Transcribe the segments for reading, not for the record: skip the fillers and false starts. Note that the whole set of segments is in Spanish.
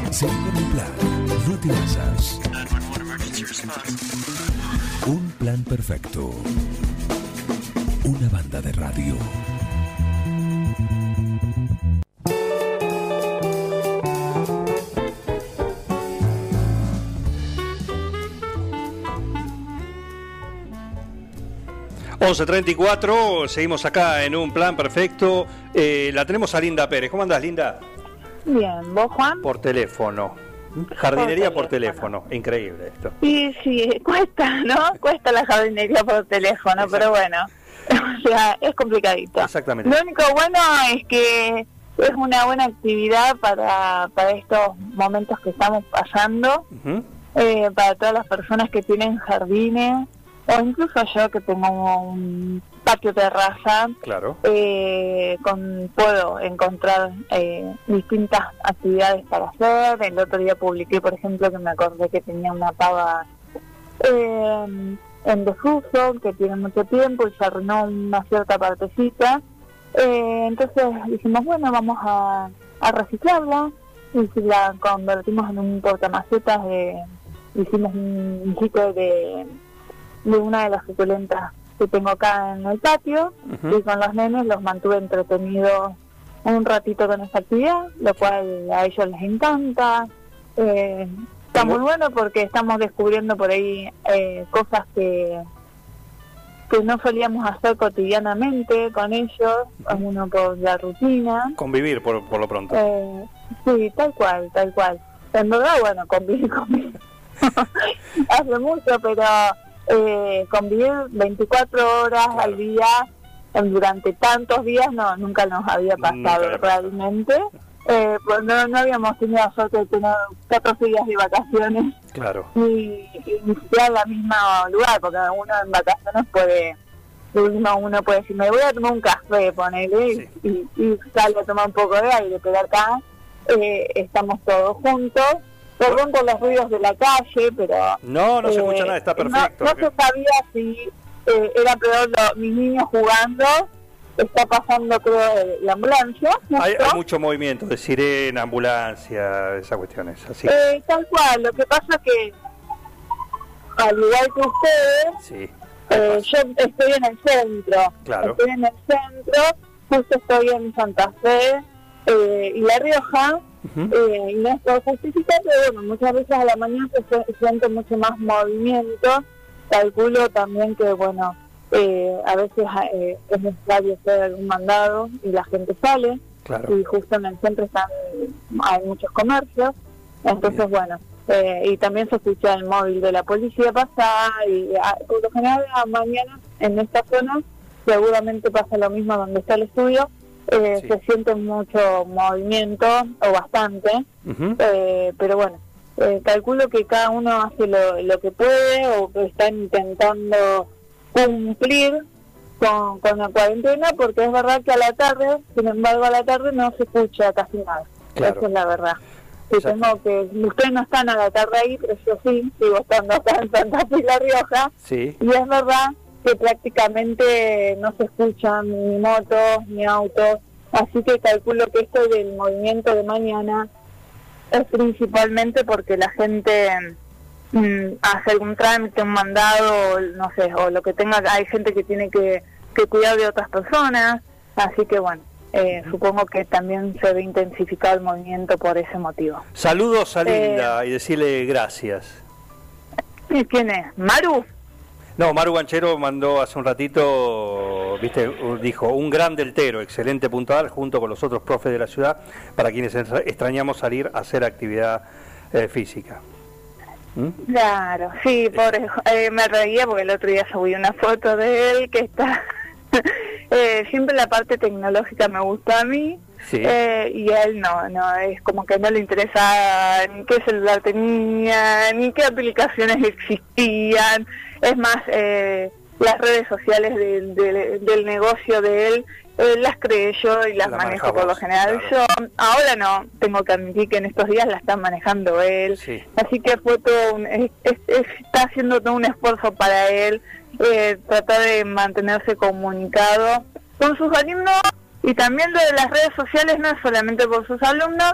Seguí con el plan, no te vayas. Un plan perfecto. Una banda de radio. (11:34), seguimos acá en Un Plan Perfecto. La tenemos a Linda Pérez. ¿Cómo andás, Linda? Bien, ¿vos, Juan? Por teléfono. Jardinería por teléfono. Increíble esto. Sí, cuesta, ¿no? Cuesta la jardinería por teléfono, pero bueno, o sea, es complicadito. Exactamente. Lo único bueno es que es una buena actividad para estos momentos que estamos pasando, para todas las personas que tienen jardines, o incluso yo que tengo un patio terraza, claro. Puedo encontrar distintas actividades para hacer. El otro día publiqué, por ejemplo, que me acordé que tenía una pava en desuso, que tiene mucho tiempo y se arruinó una cierta partecita. Entonces dijimos, bueno, vamos a reciclarla, y si la convertimos en un portamacetas, hicimos un hijito de una de las suculentas que tengo acá en el patio, y con los nenes los mantuve entretenidos un ratito con esa actividad, lo cual a ellos les encanta. Está muy bueno porque estamos descubriendo por ahí cosas que no solíamos hacer cotidianamente con ellos, uno por la rutina. Convivir por lo pronto. Sí, tal cual. En verdad, bueno, convivir hace mucho, pero convivir 24 horas claro. al día durante tantos días nunca nos había pasado realmente. Pues no habíamos tenido la suerte de tener 14 días de vacaciones, claro, y ni siquiera en la misma lugar, porque uno en vacaciones uno puede decir, me voy a tomar un café, ponele, sí. y sale a tomar un poco de aire, pero acá estamos todos juntos. Perdón por los ruidos de la calle, pero... No se escucha nada, está perfecto. No se sabía si era peor mis niños jugando. Está pasando, creo, la ambulancia. Hay mucho movimiento de sirena, ambulancia, esas cuestiones. Así. Tal cual, lo que pasa es que, al igual que ustedes, yo estoy en el centro. Claro. Estoy en el centro, justo estoy en Santa Fe y La Rioja. Y no es por justificar, pero bueno, muchas veces a la mañana se siente mucho más movimiento. Calculo también que, bueno, a veces es necesario hacer algún mandado y la gente sale, claro. Y justo en el centro hay muchos comercios, entonces bien. Bueno, y también se escucha el móvil de la policía pasar, y por lo general a la mañana en esta zona seguramente pasa lo mismo donde está el estudio. Se siente mucho movimiento, o bastante, pero bueno, calculo que cada uno hace lo que puede, o que está intentando cumplir con la cuarentena, porque es verdad que a la tarde, sin embargo a la tarde no se escucha casi nada, claro. Esa es la verdad. Y tengo que, ustedes no están a la tarde ahí, pero yo sí, sigo estando acá en Santa Fe y La Rioja, y es verdad que prácticamente no se escuchan ni motos ni autos, así que calculo que esto del movimiento de mañana es principalmente porque la gente hace algún trámite, un mandado, no sé, o lo que tenga. Hay gente que tiene que cuidar de otras personas, así que bueno, supongo que también se ve intensificado el movimiento por ese motivo. Saludos a Linda y decirle gracias. ¿Quién es? ¿Maru? No, Maru Banchero mandó hace un ratito, dijo, un gran deltero, excelente puntual, junto con los otros profes de la ciudad, para quienes extrañamos salir a hacer actividad física. Claro, sí, pobre, me reía porque el otro día subí una foto de él que está... siempre la parte tecnológica me gusta a mí, y a él no, es como que no le interesa ni qué celular tenía, ni qué aplicaciones existían. Es más, las redes sociales del negocio de él, las creé yo y las manejo por lo general. Claro. Yo ahora no, tengo que admitir que en estos días la está manejando él, así que fue todo está haciendo todo un esfuerzo para él, tratar de mantenerse comunicado con sus alumnos, y también lo de las redes sociales no es solamente por sus alumnos,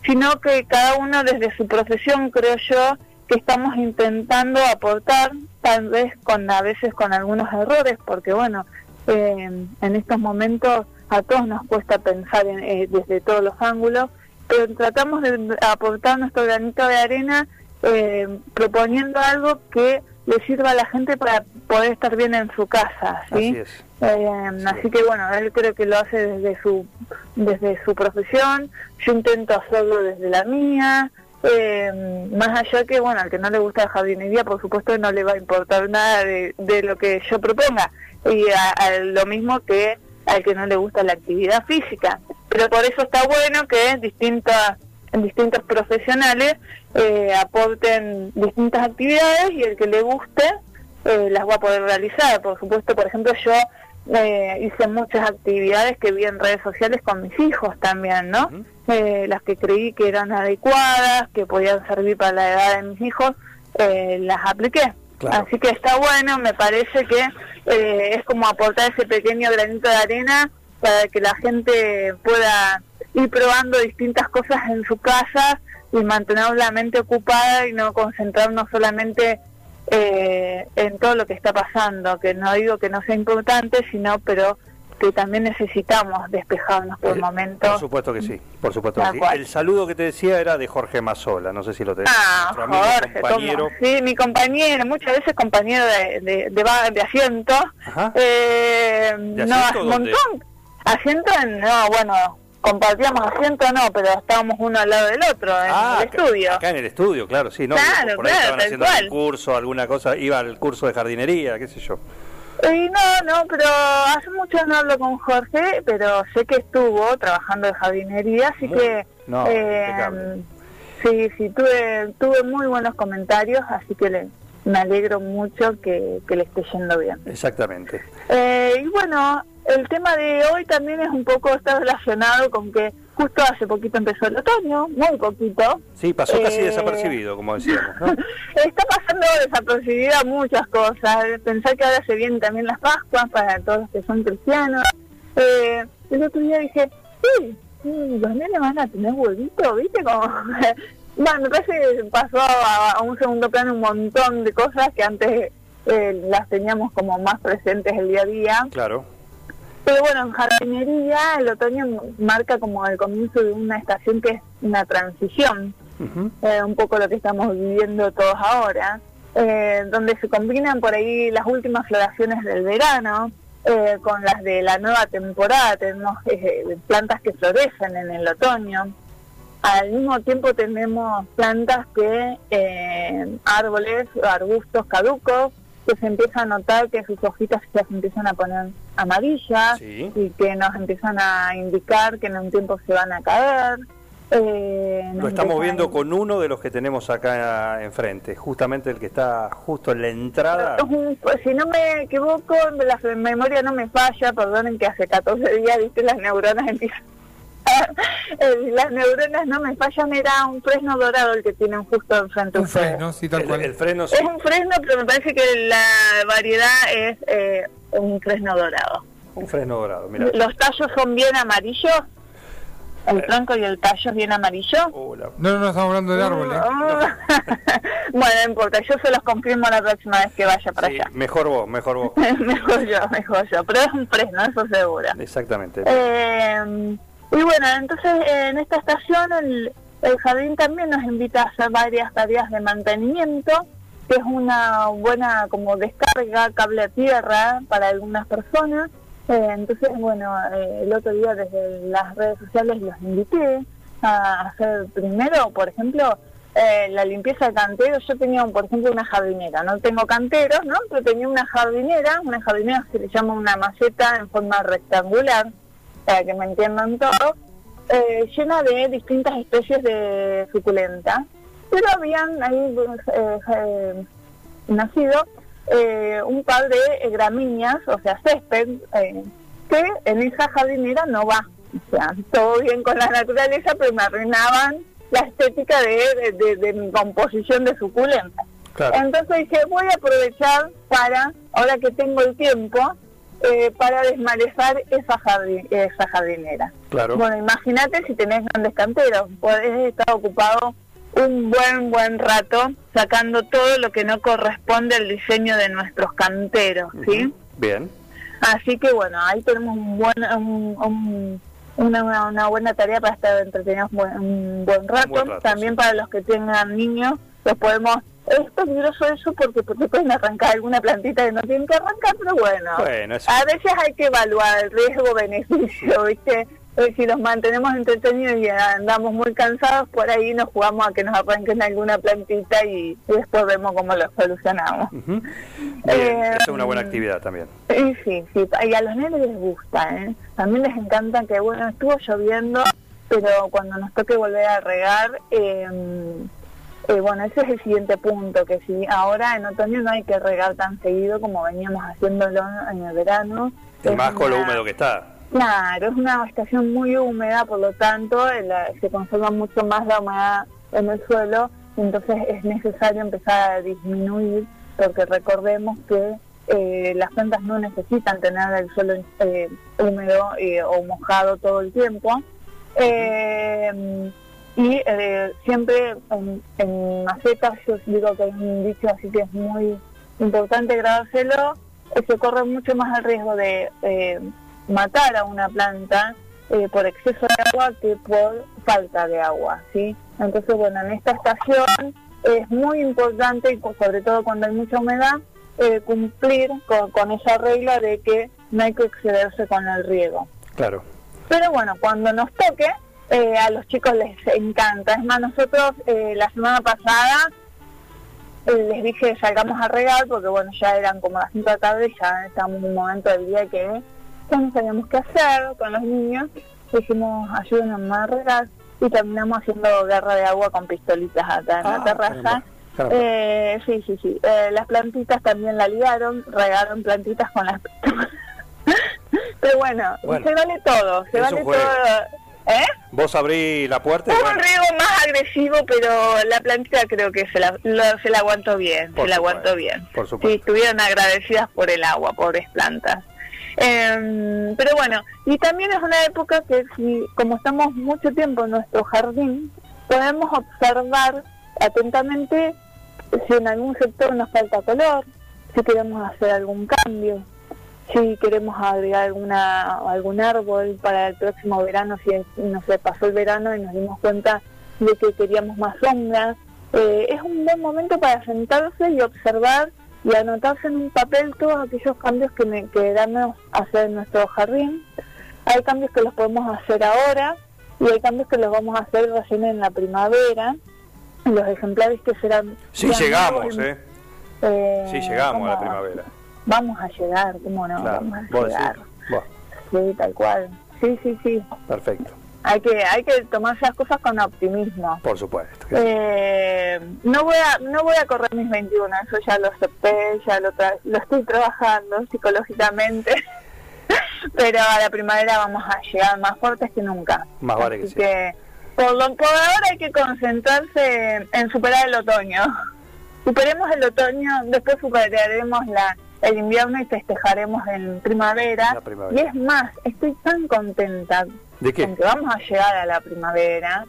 sino que cada uno desde su profesión, creo yo, que estamos intentando aportar, tal vez a veces con algunos errores, porque bueno, en estos momentos a todos nos cuesta pensar desde todos los ángulos, pero tratamos de aportar nuestro granito de arena proponiendo algo que le sirva a la gente para poder estar bien en su casa, ¿sí? Así que bueno, él creo que lo hace desde su profesión, yo intento hacerlo desde la mía, más allá que bueno, al que no le gusta la jardinería, por supuesto no le va a importar nada de lo que yo proponga, y a lo mismo que al que no le gusta la actividad física, pero por eso está bueno que distintos profesionales aporten distintas actividades, y el que le guste las va a poder realizar. Por supuesto, por ejemplo, yo hice muchas actividades que vi en redes sociales con mis hijos también, ¿no? Las que creí que eran adecuadas, que podían servir para la edad de mis hijos, las apliqué. Claro. Así que está bueno, me parece que es como aportar ese pequeño granito de arena para que la gente pueda ir probando distintas cosas en su casa y mantener la mente ocupada y no concentrarnos solamente en todo lo que está pasando, que no digo que no sea importante, sino pero que también necesitamos despejarnos por momentos. Por supuesto que sí, por supuesto que sí. El saludo que te decía era de Jorge Mazzola, no sé si lo tenés. Jorge, compañero. Sí, mi compañero, muchas veces compañero de asiento. ¿De asiento un montón. Asiento compartíamos asiento, pero estábamos uno al lado del otro en el estudio. Acá en el estudio, claro, sí, ¿no? Claro, por ahí estaban haciendo un curso, alguna cosa, iba al curso de jardinería, qué sé yo. No, pero hace mucho no hablo con Jorge, pero sé que estuvo trabajando de jardinería, así que sí, tuve muy buenos comentarios, así que me alegro mucho que le esté yendo bien. Exactamente. Y bueno, el tema de hoy también es un poco, está relacionado con que justo hace poquito empezó el otoño, muy poquito. Sí, pasó casi desapercibido, como decíamos, ¿no? Está pasando desapercibida muchas cosas. Pensar que ahora se vienen también las Pascuas para todos los que son cristianos. El otro día dije, los nenes van a tener huevito, ¿viste? Como... Bueno, me parece que pasó a un segundo plano un montón de cosas que antes las teníamos como más presentes el día a día. Claro. Pero bueno, en jardinería el otoño marca como el comienzo de una estación que es una transición, un poco lo que estamos viviendo todos ahora, donde se combinan por ahí las últimas floraciones del verano con las de la nueva temporada. Tenemos plantas que florecen en el otoño. Al mismo tiempo tenemos plantas que, árboles, arbustos caducos, que se empieza a notar que sus hojitas ya se empiezan a poner amarillas, sí, y que nos empiezan a indicar que en un tiempo se van a caer. Lo estamos viendo con uno de los que tenemos acá enfrente, justamente el que está justo en la entrada. Si no me equivoco, la memoria no me falla, perdonen que hace 14 días, viste, las neuronas empiezan... las neuronas no me fallan, era un fresno dorado el que tienen justo enfrente. Un fresno, sí, tal cual. El fresno, sí. Es un fresno, pero me parece que la variedad es un fresno dorado. Un fresno dorado, mira. Los tallos son bien amarillos. El tronco y el tallo es bien amarillo. No, estamos hablando de árboles. Bueno, no importa, yo se los confirmo la próxima vez que vaya para allá. Mejor vos. mejor yo, pero es un fresno, eso seguro. Exactamente. Y bueno, entonces en esta estación el jardín también nos invita a hacer varias tareas de mantenimiento, que es una buena como descarga, cable a tierra para algunas personas. Entonces, bueno, el otro día desde las redes sociales los invité a hacer primero, por ejemplo, la limpieza de canteros. Yo tenía, por ejemplo, una jardinera, no tengo canteros, ¿no? Pero tenía una jardinera se le llama una maceta en forma rectangular, para que me entiendan todos, llena de distintas especies de suculenta, pero habían ahí nacido un par de gramíneas, o sea, césped, que en esa jardinera no va. O sea, todo bien con la naturaleza, pero me arruinaban la estética de mi composición de suculenta. Claro. Entonces dije, voy a aprovechar para, ahora que tengo el tiempo, para desmalezar esa jardinera. Claro. Bueno, imagínate si tenés grandes canteros, podés estar ocupado un buen rato sacando todo lo que no corresponde al diseño de nuestros canteros, ¿sí? Bien. Así que bueno, ahí tenemos una buena tarea para estar entretenidos un buen rato. También para los que tengan niños, los podemos... Es peligroso eso porque pueden arrancar alguna plantita que no tienen que arrancar, pero bueno a veces hay que evaluar el riesgo-beneficio, ¿viste? Si los mantenemos entretenidos y andamos muy cansados, por ahí nos jugamos a que nos arranquen alguna plantita y después vemos cómo lo solucionamos. Bien, esa es una buena actividad también. Sí, y a los nenes les gusta, también les encanta que, bueno, estuvo lloviendo, pero cuando nos toque volver a regar, bueno, ese es el siguiente punto, que si ahora en otoño no hay que regar tan seguido como veníamos haciéndolo en el verano. Y más con lo húmedo que está. Claro, es una estación muy húmeda, por lo tanto se conserva mucho más la humedad en el suelo, entonces es necesario empezar a disminuir, porque recordemos que las plantas no necesitan tener el suelo húmedo o mojado todo el tiempo. Y siempre en macetas, yo digo que es un dicho así que es muy importante grabárselo, se corre mucho más el riesgo de matar a una planta por exceso de agua que por falta de agua, ¿sí? Entonces, bueno, en esta estación es muy importante, y sobre todo cuando hay mucha humedad, cumplir con esa regla de que no hay que excederse con el riego. Claro. Pero bueno, cuando nos toque, a los chicos les encanta. Es más, nosotros la semana pasada les dije salgamos a regar, porque bueno, ya eran como las 5 de la tarde, ya estábamos en un momento del día que ya no sabíamos qué hacer con los niños. Dijimos, ayúdenos a regar, y terminamos haciendo guerra de agua con pistolitas acá en la terraza. Caramba. Sí. Las plantitas también la ligaron, regaron plantitas con las pistolas. Pero bueno, se vale todo, se vale todo. Vos abrí la puerta. Hubo un riego más agresivo, pero la plantita creo que se la aguantó bien, Por supuesto. Sí, estuvieron agradecidas por el agua, pobres plantas. Pero bueno, y también es una época que como estamos mucho tiempo en nuestro jardín, podemos observar atentamente si en algún sector nos falta color, si queremos hacer algún cambio, si queremos agregar algún árbol para el próximo verano, si no se pasó el verano y nos dimos cuenta de que queríamos más sombras. Es un buen momento para sentarse y observar y anotarse en un papel todos aquellos cambios que queramos hacer en nuestro jardín. Hay cambios que los podemos hacer ahora y hay cambios que los vamos a hacer recién en la primavera. Los ejemplares que serán... Sí, llegamos, sí, llegamos a la primavera. Vamos a llegar, ¿cómo no? Claro. Vamos a llegar. ¿Vos? Sí, tal cual. Sí. Perfecto. Hay que tomarse las cosas con optimismo. Por supuesto. No voy a correr mis 21, eso ya lo acepté, ya lo estoy trabajando psicológicamente. Pero a la primavera vamos a llegar más fuertes que nunca. Más vale que sí. Que por ahora hay que concentrarse en superar el otoño. Superemos el otoño, después superaremos el invierno y festejaremos en primavera. Y es más, estoy tan contenta ¿de qué? Con que vamos a llegar a la primavera,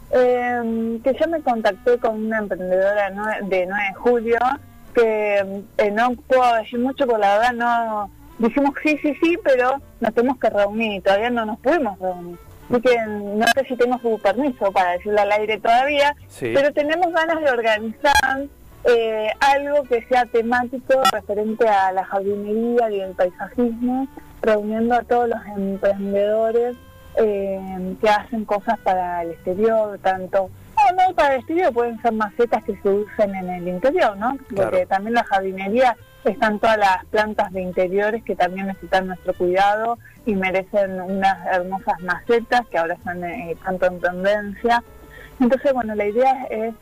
que yo me contacté con una emprendedora de 9 de julio, que no puedo decir mucho porque la verdad no... Dijimos sí, pero nos tenemos que reunir, todavía no nos pudimos reunir. Así que no sé si tengo su permiso para decirlo al aire todavía, sí. Pero tenemos ganas de organizar algo que sea temático referente a la jardinería y el paisajismo, reuniendo a todos los emprendedores que hacen cosas para el exterior, tanto... No para el exterior, pueden ser macetas que se usen en el interior, ¿no? Porque claro. También la jardinería están todas las plantas de interiores que también necesitan nuestro cuidado y merecen unas hermosas macetas que ahora están tanto en tendencia. Entonces, bueno, la idea es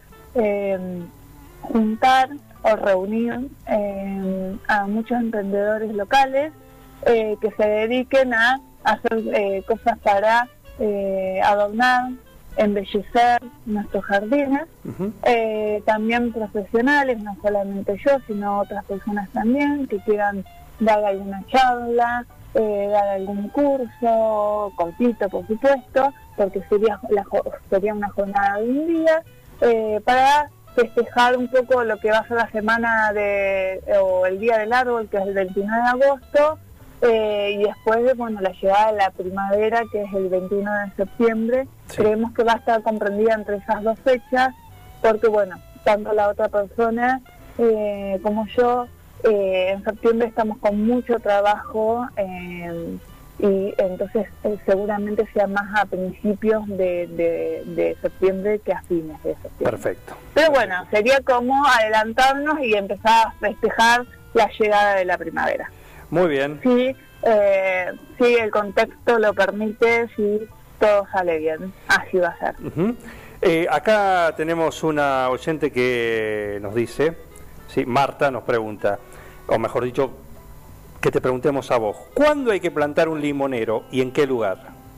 juntar o reunir a muchos emprendedores locales que se dediquen a hacer cosas para adornar, embellecer nuestros jardines, también profesionales, no solamente yo, sino otras personas también que quieran dar alguna charla, dar algún curso, compito por supuesto, porque sería una jornada de un día, para festejar un poco lo que va a ser la semana o el Día del Árbol, que es el 29 de agosto, y después bueno, la llegada de la primavera, que es el 21 de septiembre. Sí. Creemos que va a estar comprendida entre esas dos fechas, porque bueno, tanto la otra persona como yo, en septiembre estamos con mucho trabajo, y entonces seguramente sea más a principios de septiembre que a fines de septiembre. Perfecto. Pero bueno, sería como adelantarnos y empezar a festejar la llegada de la primavera. Muy bien. Sí, sí, el contexto lo permite, si todo sale bien, así va a ser. Acá tenemos una oyente que nos dice, sí, Marta nos pregunta, o mejor dicho, que te preguntemos a vos, ¿cuándo hay que plantar un limonero y en qué lugar?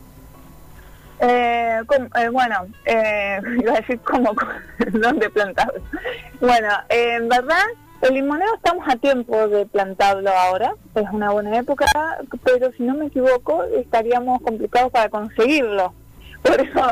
Bueno, iba a decir dónde plantarlo. Bueno, en verdad, el limonero estamos a tiempo de plantarlo ahora, es una buena época, pero si no me equivoco, estaríamos complicados para conseguirlo. Por eso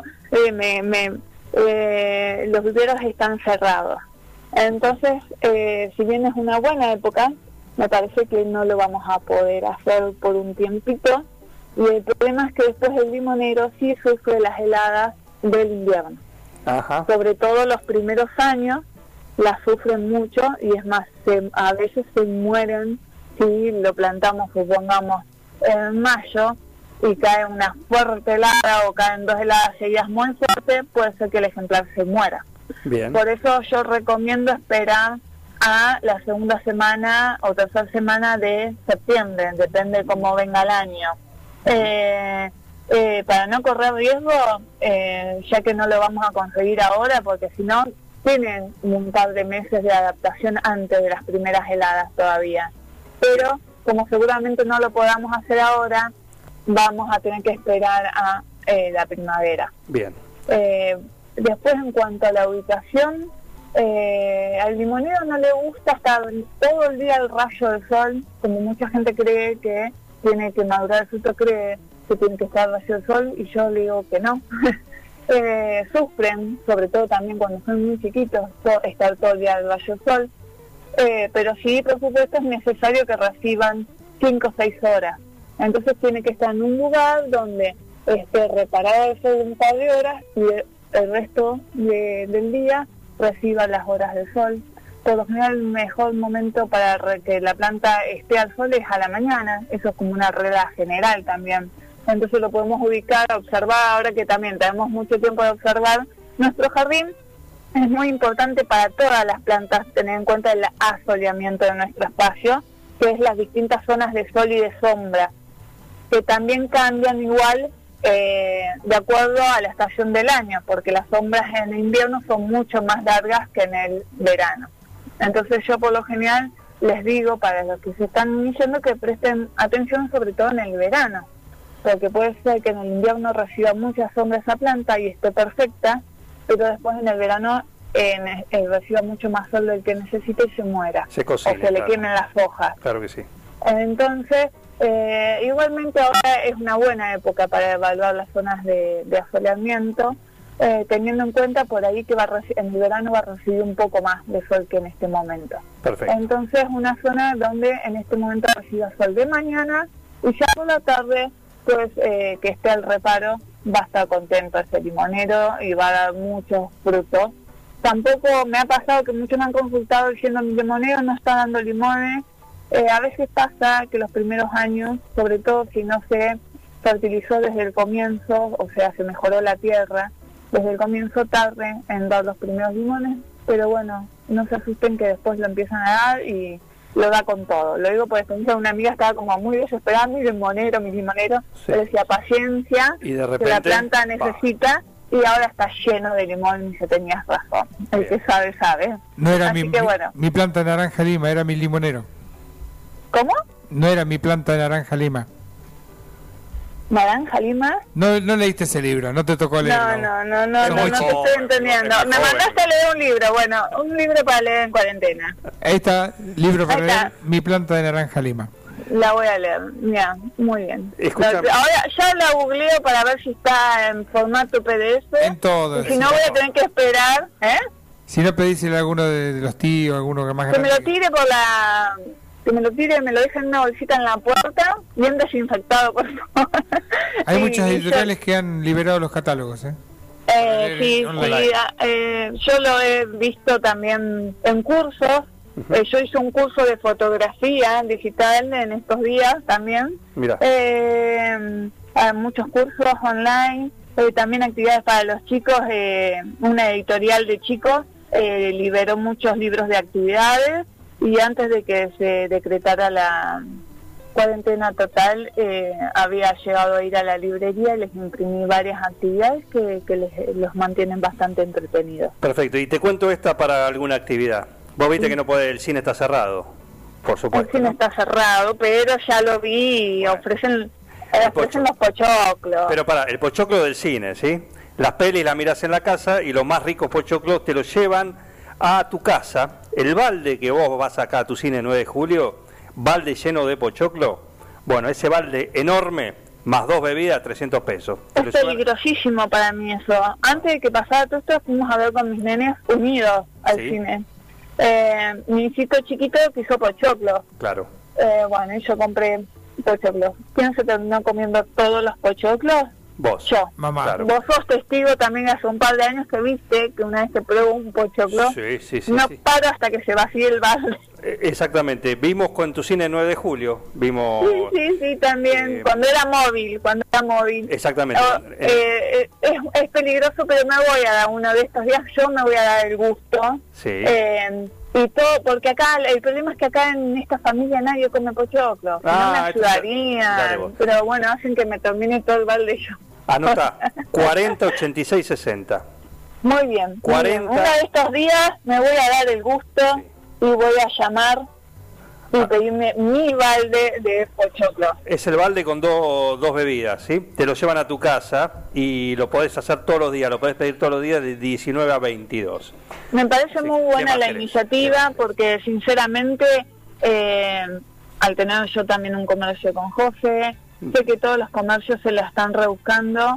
los viveros están cerrados. Entonces, si bien es una buena época, me parece que no lo vamos a poder hacer por un tiempito, y el problema es que después el limonero sí sufre las heladas del invierno. Ajá. Sobre todo los primeros años las sufren mucho, y es más, a veces se mueren si lo plantamos, supongamos, en mayo, y cae una fuerte helada o caen 2 heladas seguidas muy fuertes, puede ser que el ejemplar se muera. Bien. Por eso yo recomiendo esperar a la segunda semana o tercera semana de septiembre, depende cómo venga el año. Para no correr riesgo, ya que no lo vamos a conseguir ahora, porque si no, tienen un par de meses de adaptación antes de las primeras heladas todavía. Pero como seguramente no lo podamos hacer ahora, vamos a tener que esperar a la primavera. Bien. Después, en cuanto a la ubicación, al limonero no le gusta estar todo el día al rayo del sol, como mucha gente cree que tiene que madurar el fruto, cree que tiene que estar al rayo del sol, y yo le digo que no. Sufren, sobre todo también cuando son muy chiquitos, estar todo el día al rayo del sol, pero sí, por supuesto, es necesario que reciban 5 o 6 horas. Entonces tiene que estar en un lugar donde esté reparado el sol un par de horas, y el resto del día reciba las horas del sol. Por lo general, el mejor momento para que la planta esté al sol es a la mañana. Eso es como una regla general también. Entonces lo podemos ubicar, observar. Ahora que también tenemos mucho tiempo de observar nuestro jardín, es muy importante para todas las plantas tener en cuenta el asoleamiento de nuestro espacio, que es las distintas zonas de sol y de sombra, que también cambian igual de acuerdo a la estación del año, porque las sombras en el invierno son mucho más largas que en el verano. Entonces yo por lo general les digo, para los que se están iniciando, que presten atención sobre todo en el verano, porque puede ser que en el invierno reciba mucha sombra esa planta y esté perfecta, pero después en el verano reciba mucho más sol del que necesita y se muera, se cocina, o se le quemen las hojas. Claro que sí. Entonces, igualmente ahora es una buena época para evaluar las zonas de asoleamiento, teniendo en cuenta por ahí que en el verano va a recibir un poco más de sol que en este momento. Perfecto. Entonces, una zona donde en este momento reciba sol de mañana, y ya por la tarde, pues que esté al reparo, va a estar contento ese limonero y va a dar muchos frutos. Tampoco me ha pasado que muchos me han consultado diciendo: mi limonero no está dando limones. A veces pasa que los primeros años, sobre todo si no se fertilizó desde el comienzo, o sea, se mejoró la tierra, desde el comienzo tarde en dar los primeros limones, pero bueno, no se asusten que después lo empiezan a dar y lo da con todo. Lo digo porque una amiga estaba como muy desesperada: mi limonero. Sí. Yo le decía: paciencia, y de repente, que la planta necesita, y ahora está lleno de limón, y se tenías razón. El que sabe, sabe. No era Así que, bueno. mi planta de naranja lima, era mi limonero. ¿Cómo? No era mi planta de naranja lima. ¿Naranja lima? No leíste ese libro, no te tocó leerlo. No te estoy entendiendo. Me mandaste a leer un libro, bueno, un libro para leer en cuarentena. Ahí está, libro para leer, Mi planta de naranja lima. La voy a leer, mira, muy bien. Escuchame. Ahora ya la googleo para ver si está en formato PDF. En todo. Y si no, voy a tener que esperar, Si no pedísele a alguno de los tíos, alguno que más que me grande. lo tire por la... Que me lo tire, me lo dejen en una bolsita en la puerta, bien desinfectado, por favor. Hay Y muchas yo- editoriales que han liberado los catálogos, sí, online. yo lo he visto también en cursos. Yo hice un curso de fotografía digital en estos días también. Mira. Hay muchos cursos online, también actividades para los chicos. Una editorial de chicos liberó muchos libros de actividades, y antes de que se decretara la cuarentena total, había llegado a ir a la librería y les imprimí varias actividades que los mantienen bastante entretenidos. Perfecto, y te cuento esta para alguna actividad. Vos viste que no puede, el cine está cerrado, por El supuesto. cine ¿no? está cerrado, pero ya lo vi y ofrecen los pochoclos. Pero para, el pochoclo del cine, ¿sí? Las pelis las mirás en la casa y los más ricos pochoclos te los llevan a tu casa. El balde que vos vas acá a tu cine 9 de julio, balde lleno de pochoclo, bueno, ese balde enorme, más 2 bebidas, 300 pesos. Te lo Es llevan- peligrosísimo para mí eso. Antes de que pasara todo esto, fuimos a ver con mis nenes unidos al Sí. cine. Mi hijito chiquito quiso pochoclo. Claro. Bueno, y yo compré pochoclos. ¿Quién se terminó comiendo todos los pochoclos? Vos. Yo. Mamá. Claro. Vos sos testigo también hace un par de años que viste que una vez que pruebo un pochoclo, Sí, no sí. paro hasta que se vacíe el balde. Exactamente. Vimos con tu cine 9 de julio, vimos... Sí, también, Eh, cuando era móvil. Exactamente. Es peligroso, pero me voy a dar uno de estos días, yo me voy a dar el gusto. Sí. Y todo, porque acá, el problema es que acá en esta familia nadie come pochoclo, no me Dale vos. ayudarían, pero bueno, hacen que me termine todo el balde yo. Anota, 40, 86, 60. Muy bien, 40. Uno de estos días me voy a dar el gusto y voy a llamar y pedirme mi balde de pochoclo. Es el balde con dos bebidas, ¿sí? Te lo llevan a tu casa y lo podés hacer todos los días, lo podés pedir todos los días de 19 a 22. Me parece Sí, muy ¿qué buena más la querés? iniciativa porque sinceramente al tener yo también un comercio con José, sé que todos los comercios se la están rebuscando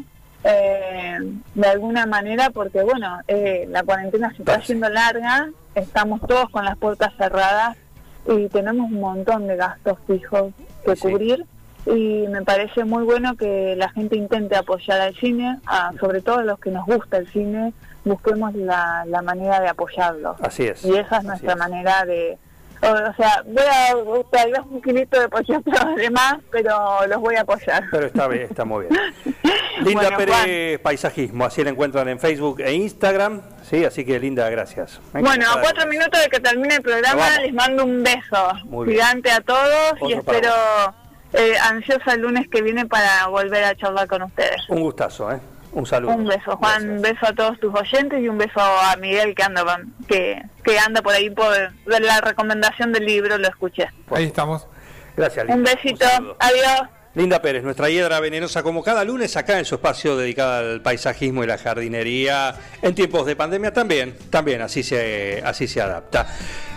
de alguna manera porque bueno, la cuarentena se está haciendo larga, estamos todos con las puertas cerradas y tenemos un montón de gastos fijos que Sí. cubrir. Y me parece muy bueno que la gente intente apoyar al cine, sobre todo a los que nos gusta el cine, busquemos la manera de apoyarlo. Así es. Y esa es así nuestra es. manera de... O sea, voy a tal vez un kilito de pochoclos de más, pero los voy a apoyar. Pero está bien, está muy bien. Linda Bueno, Pérez Paisajismo, así la encuentran en Facebook e Instagram, sí, así que Linda, gracias. Bueno, a 4 minutos de que termine el programa Vamos. les mando un beso Muy bien. gigante a todos y Otro para espero ansiosa el lunes que viene para volver a charlar con ustedes. Un gustazo, ¿eh? Un saludo. Un beso, Juan, Gracias. un beso a todos tus oyentes y un beso a Miguel que anda por ahí por la recomendación del libro, lo escuché. Ahí estamos. Gracias, Linda. Un besito, saludo. adiós. Linda Pérez, nuestra hiedra venenosa, como cada lunes acá en su espacio dedicado al paisajismo y la jardinería, en tiempos de pandemia también así se adapta.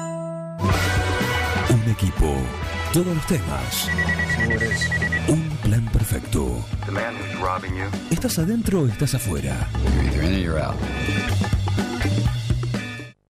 Un equipo, todos los temas. Un plan perfecto. The man who's robbing you, ¿Estás adentro o estás afuera? you're either in or you're out.